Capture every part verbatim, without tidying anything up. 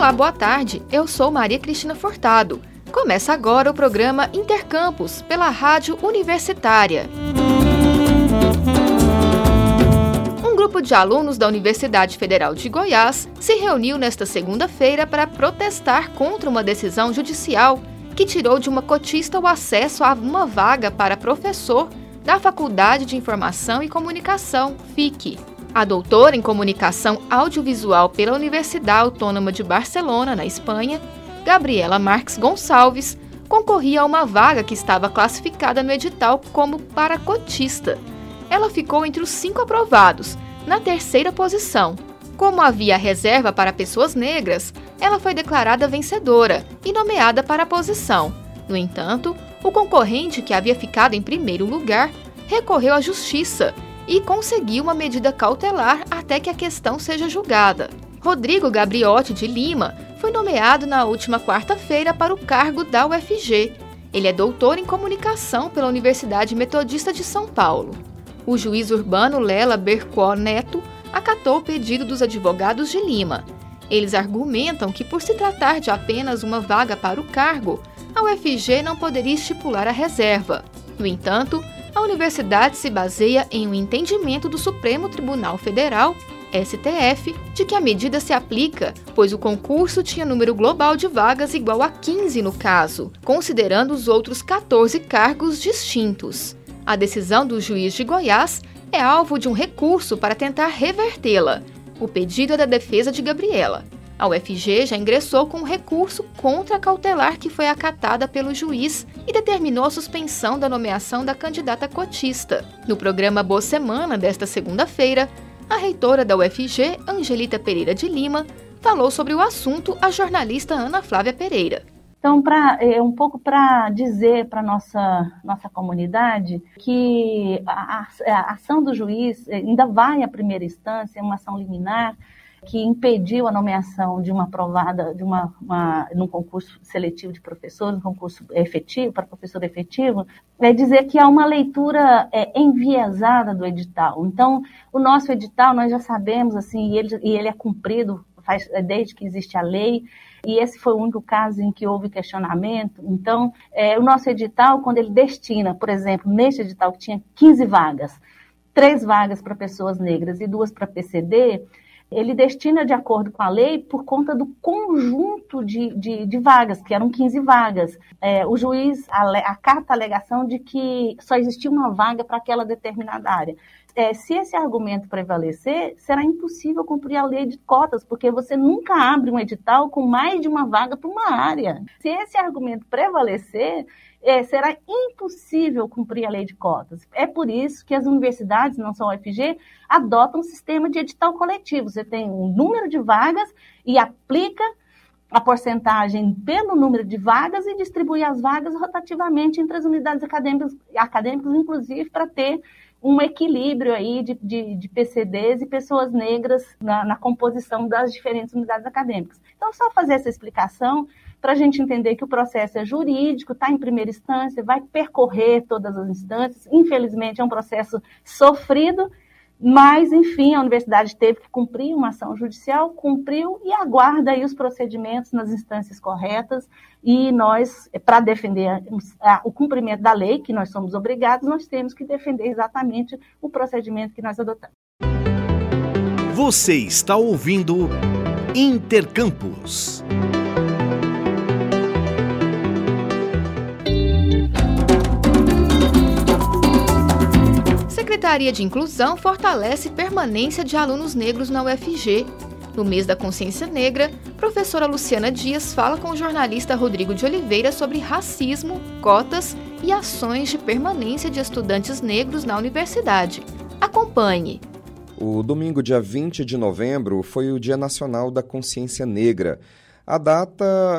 Olá, boa tarde. Eu sou Maria Cristina Furtado. Começa agora o programa Intercampus, pela Rádio Universitária. Um grupo de alunos da Universidade Federal de Goiás se reuniu nesta segunda-feira para protestar contra uma decisão judicial que tirou de uma cotista o acesso a uma vaga para professor da Faculdade de Informação e Comunicação, F I C. A doutora em Comunicação Audiovisual pela Universidade Autônoma de Barcelona, na Espanha, Gabriela Marques Gonçalves, concorria a uma vaga que estava classificada no edital como para cotista. Ela ficou entre os cinco aprovados, na terceira posição. Como havia reserva para pessoas negras, ela foi declarada vencedora e nomeada para a posição. No entanto, o concorrente, que havia ficado em primeiro lugar, recorreu à justiça e conseguiu uma medida cautelar até que a questão seja julgada. Rodrigo Gabriotti de Lima foi nomeado na última quarta-feira para o cargo da U F G. Ele é doutor em comunicação pela Universidade Metodista de São Paulo. O juiz urbano Lela Bercó Neto acatou o pedido dos advogados de Lima. Eles argumentam que, por se tratar de apenas uma vaga para o cargo, a U F G não poderia estipular a reserva. No entanto, a universidade se baseia em um entendimento do Supremo Tribunal Federal, S T F, de que a medida se aplica, pois o concurso tinha número global de vagas igual a quinze no caso, considerando os outros catorze cargos distintos. A decisão do juiz de Goiás é alvo de um recurso para tentar revertê-la. O pedido é da defesa de Gabriela. A U F G já ingressou com um recurso contra a cautelar que foi acatada pelo juiz e determinou a suspensão da nomeação da candidata cotista. No programa Boa Semana desta segunda-feira, a reitora da U F G, Angelita Pereira de Lima, falou sobre o assunto à jornalista Ana Flávia Pereira. Então, pra, é um pouco para dizer para a nossa, nossa comunidade que a, a ação do juiz ainda vai à primeira instância, é uma ação liminar, que impediu a nomeação de uma aprovada, de uma, uma, num concurso seletivo de professores, um concurso efetivo, para professor efetivo, é dizer que há uma leitura é, enviesada do edital. Então, o nosso edital, nós já sabemos, assim, e ele, e ele é cumprido faz, desde que existe a lei, e esse foi o único caso em que houve questionamento. Então, é, o nosso edital, quando ele destina, por exemplo, neste edital que tinha quinze vagas, três vagas para pessoas negras e duas para P C D, ele destina de acordo com a lei por conta do conjunto de, de, de vagas, que eram quinze vagas. É, o juiz acata a alegação de que só existia uma vaga para aquela determinada área. É, se esse argumento prevalecer, será impossível cumprir a lei de cotas, porque você nunca abre um edital com mais de uma vaga para uma área. Se esse argumento prevalecer, é, será impossível cumprir a lei de cotas. É por isso que as universidades, não só a U F G, adotam um sistema de edital coletivo. Você tem um número de vagas e aplica a porcentagem pelo número de vagas e distribui as vagas rotativamente entre as unidades acadêmicas, acadêmicas inclusive para ter um equilíbrio aí de, de, de P C Ds e pessoas negras na, na composição das diferentes unidades acadêmicas. Então, só fazer essa explicação para a gente entender que o processo é jurídico, está em primeira instância, vai percorrer todas as instâncias. Infelizmente, é um processo sofrido, mas, enfim, a universidade teve que cumprir uma ação judicial, cumpriu e aguarda aí os procedimentos nas instâncias corretas. E nós, para defender o cumprimento da lei, que nós somos obrigados, nós temos que defender exatamente o procedimento que nós adotamos. Você está ouvindo Intercampus. Secretaria de Inclusão fortalece permanência de alunos negros na U F G. No mês da Consciência Negra, professora Luciana Dias fala com o jornalista Rodrigo de Oliveira sobre racismo, cotas e ações de permanência de estudantes negros na universidade. Acompanhe. O domingo, dia vinte de novembro, foi o Dia Nacional da Consciência Negra. A data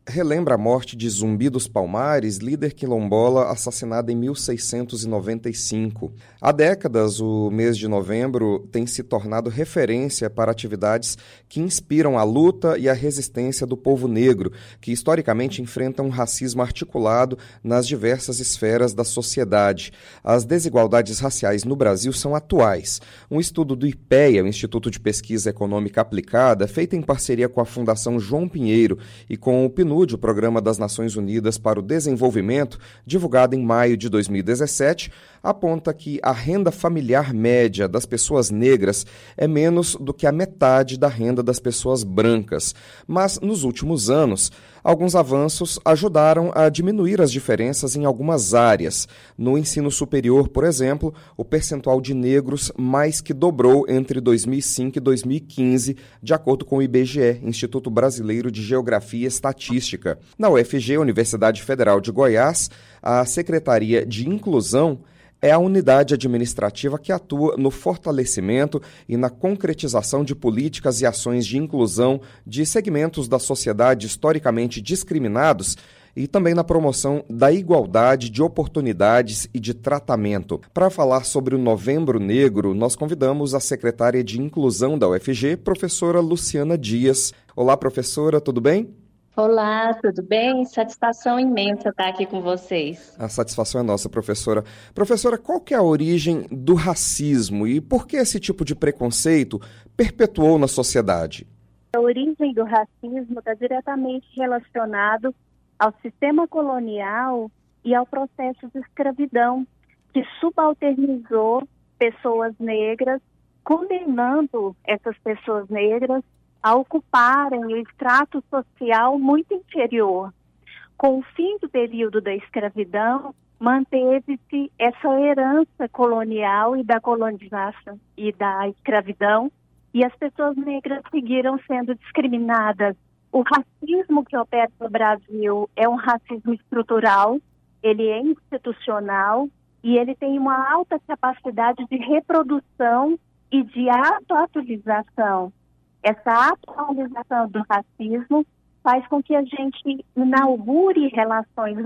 relembra a morte de Zumbi dos Palmares, líder quilombola assassinado em mil seiscentos e noventa e cinco. Há décadas, o mês de novembro tem se tornado referência para atividades que inspiram a luta e a resistência do povo negro, que historicamente enfrenta um racismo articulado nas diversas esferas da sociedade. As desigualdades raciais no Brasil são atuais. Um estudo do IPEA, o Instituto de Pesquisa Econômica Aplicada, feito em parceria com a Fundação João Pinheiro e com o P N U D, o Programa das Nações Unidas para o Desenvolvimento, divulgado em maio de dois mil e dezessete, aponta que a renda familiar média das pessoas negras é menos do que a metade da renda das pessoas brancas. Mas, nos últimos anos, alguns avanços ajudaram a diminuir as diferenças em algumas áreas. No ensino superior, por exemplo, o percentual de negros mais que dobrou entre dois mil e cinco e dois mil e quinze, de acordo com o I B G E, Instituto Brasileiro de Geografia e Estatística. Na U F G, Universidade Federal de Goiás, a Secretaria de Inclusão é a unidade administrativa que atua no fortalecimento e na concretização de políticas e ações de inclusão de segmentos da sociedade historicamente discriminados e também na promoção da igualdade de oportunidades e de tratamento. Para falar sobre o Novembro Negro, nós convidamos a secretária de Inclusão da U F G, professora Luciana Dias. Olá, professora, tudo bem? Olá, tudo bem? Satisfação imensa estar aqui com vocês. A satisfação é nossa, professora. Professora, qual que é a origem do racismo e por que esse tipo de preconceito perpetuou na sociedade? A origem do racismo está diretamente relacionado ao sistema colonial e ao processo de escravidão, que subalternizou pessoas negras, condenando essas pessoas negras a ocuparem o extrato social muito inferior. Com o fim do período da escravidão, manteve-se essa herança colonial e da colonização e da escravidão, e as pessoas negras seguiram sendo discriminadas. O racismo que opera no Brasil é um racismo estrutural, ele é institucional e ele tem uma alta capacidade de reprodução e de autoatualização. Essa atualização do racismo faz com que a gente inaugure relações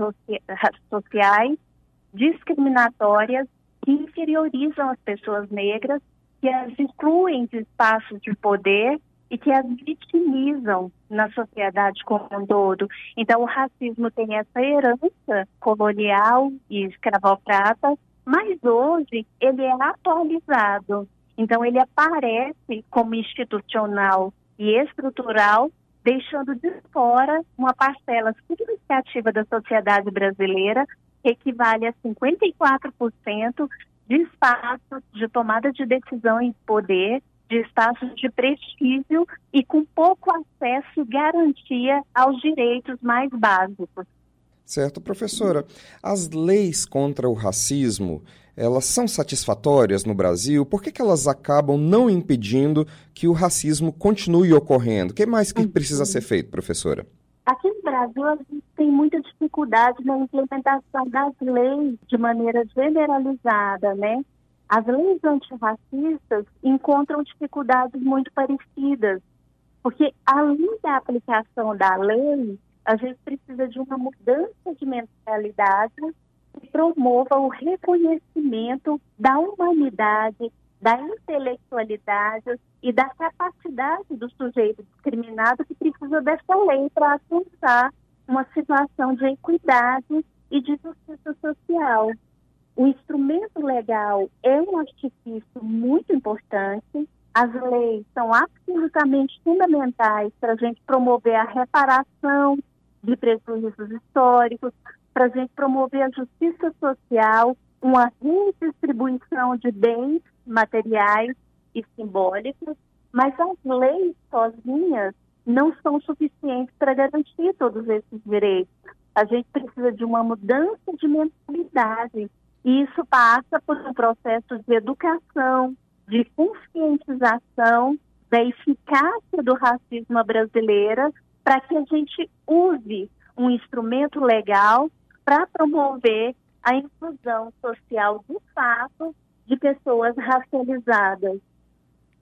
sociais discriminatórias que inferiorizam as pessoas negras, que as excluem de espaços de poder e que as vitimizam na sociedade como um todo. Então, o racismo tem essa herança colonial e escravocrata, mas hoje ele é atualizado. Então, ele aparece como institucional e estrutural, deixando de fora uma parcela significativa da sociedade brasileira, que equivale a cinquenta e quatro por cento de espaços de tomada de decisão em poder, de espaços de prestígio e com pouco acesso e garantia aos direitos mais básicos. Certo, professora. As leis contra o racismo, elas são satisfatórias no Brasil? Por que que elas acabam não impedindo que o racismo continue ocorrendo? O que mais que precisa ser feito, professora? Aqui no Brasil, a gente tem muita dificuldade na implementação das leis de maneira generalizada, né? As leis antirracistas encontram dificuldades muito parecidas, porque além da aplicação da lei, a gente precisa de uma mudança de mentalidade que promova o reconhecimento da humanidade, da intelectualidade e da capacidade do sujeito discriminado que precisa dessa lei para alcançar uma situação de equidade e de justiça social. O instrumento legal é um artifício muito importante. As leis são absolutamente fundamentais para a gente promover a reparação de prejuízos históricos, para a gente promover a justiça social, uma redistribuição de bens materiais e simbólicos, mas as leis sozinhas não são suficientes para garantir todos esses direitos. A gente precisa de uma mudança de mentalidade, e isso passa por um processo de educação, de conscientização da eficácia do racismo brasileiro, para que a gente use um instrumento legal para promover a inclusão social de fato de pessoas racializadas.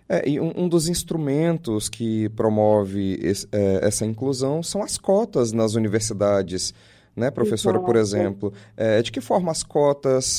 É, e um, um dos instrumentos que promove esse, é, essa inclusão são as cotas nas universidades, né, professora, por exemplo? É, de que forma as cotas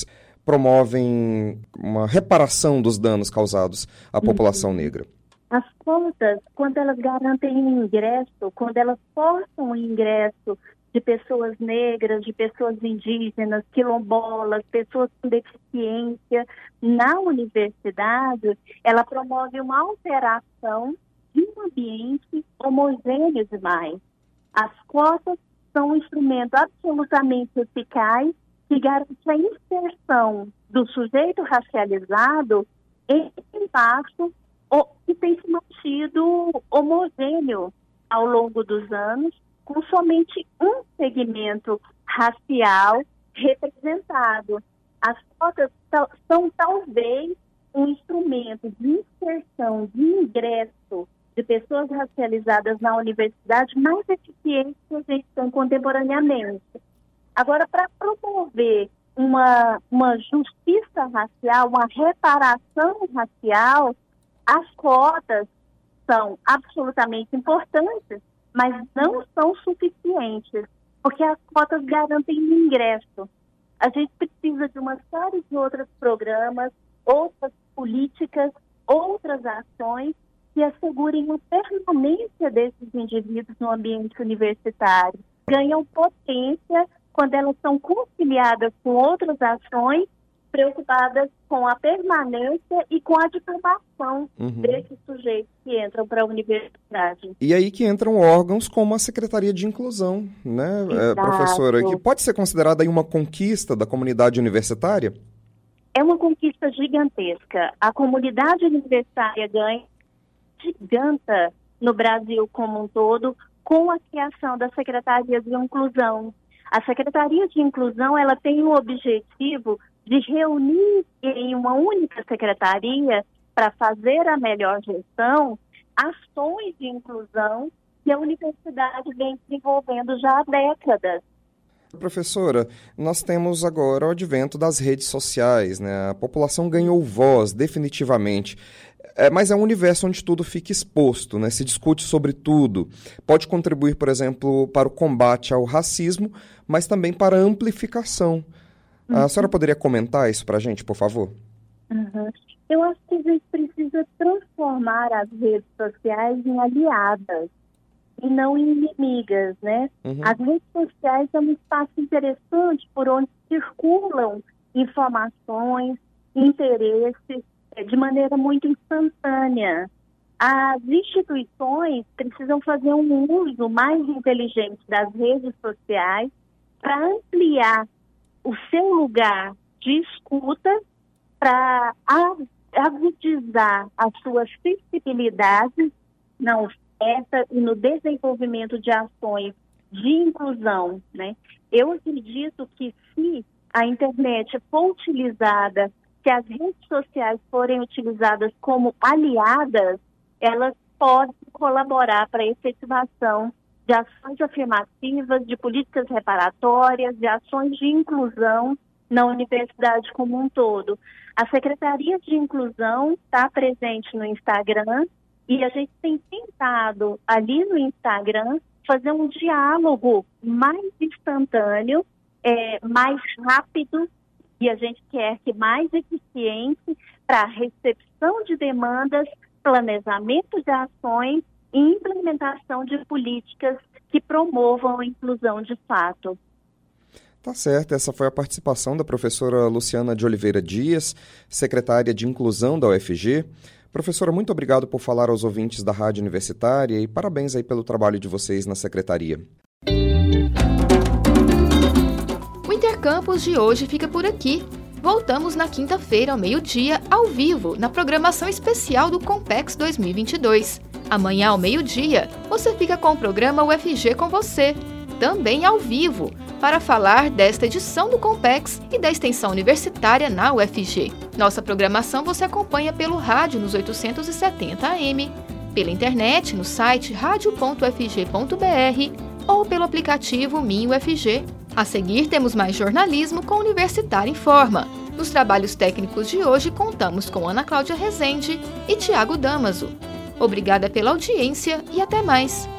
promovem uma reparação dos danos causados à população uhum. negra? As cotas, quando elas garantem um ingresso, quando elas forçam o ingresso de pessoas negras, de pessoas indígenas, quilombolas, pessoas com deficiência na universidade, ela promove uma alteração de um ambiente homogêneo demais. As cotas são um instrumento absolutamente eficaz que garante a inserção do sujeito racializado em espaço que tem se mantido homogêneo ao longo dos anos, com somente um segmento racial representado. As cotas são talvez um instrumento de inserção, de ingresso de pessoas racializadas na universidade mais eficiente que a gente tem contemporaneamente. Agora, para promover uma, uma justiça racial, uma reparação racial, as cotas são absolutamente importantes, mas não são suficientes, porque as cotas garantem o ingresso. A gente precisa de uma série de outros programas, outras políticas, outras ações que assegurem a permanência desses indivíduos no ambiente universitário. Ganham potência quando elas são conciliadas com outras ações preocupadas com a permanência e com a diplomação uhum. desses sujeitos que entram para a universidade. E aí que entram órgãos como a Secretaria de Inclusão, né, é, professora, que pode ser considerada aí uma conquista da comunidade universitária? É uma conquista gigantesca. A comunidade universitária ganha giganta no Brasil como um todo com a criação da Secretaria de Inclusão. A Secretaria de Inclusão, ela tem o objetivo de reunir em uma única secretaria para fazer a melhor gestão ações de inclusão que a universidade vem desenvolvendo já há décadas. Professora, nós temos agora o advento das redes sociais, né? A população ganhou voz, definitivamente. É, mas é um universo onde tudo fica exposto, né? Se discute sobre tudo. Pode contribuir, por exemplo, para o combate ao racismo, mas também para a amplificação. Uhum. A senhora poderia comentar isso para a gente, por favor? Uhum. Eu acho que a gente precisa transformar as redes sociais em aliadas e não em inimigas, né? Uhum. As redes sociais são um espaço interessante por onde circulam informações, interesses, de maneira muito instantânea. As instituições precisam fazer um uso mais inteligente das redes sociais para ampliar o seu lugar de escuta, para agudizar a sua sensibilidade na oferta e no desenvolvimento de ações de inclusão, né? Eu acredito que se a internet for utilizada, se as redes sociais forem utilizadas como aliadas, elas podem colaborar para a efetivação de ações afirmativas, de políticas reparatórias, de ações de inclusão na universidade como um todo. A Secretaria de Inclusão está presente no Instagram e a gente tem tentado ali no Instagram fazer um diálogo mais instantâneo, é, mais rápido, e a gente quer que mais eficiente para a recepção de demandas, planejamento de ações e implementação de políticas que promovam a inclusão de fato. Tá certo, essa foi a participação da professora Luciana de Oliveira Dias, secretária de Inclusão da U F G. Professora, muito obrigado por falar aos ouvintes da Rádio Universitária e parabéns aí pelo trabalho de vocês na secretaria. O Intercampus de hoje fica por aqui. Voltamos na quinta-feira ao meio-dia, ao vivo, na programação especial do Compex dois mil e vinte e dois. Amanhã ao meio-dia, você fica com o programa U F G com você, também ao vivo, para falar desta edição do Compex e da extensão universitária na U F G. Nossa programação você acompanha pelo rádio nos oitocentos e setenta A M, pela internet no site radio ponto u f g ponto b r ou pelo aplicativo Minho U F G. A seguir temos mais jornalismo com Universitário em Forma. Nos trabalhos técnicos de hoje, contamos com Ana Cláudia Rezende e Tiago Damaso. Obrigada pela audiência e até mais!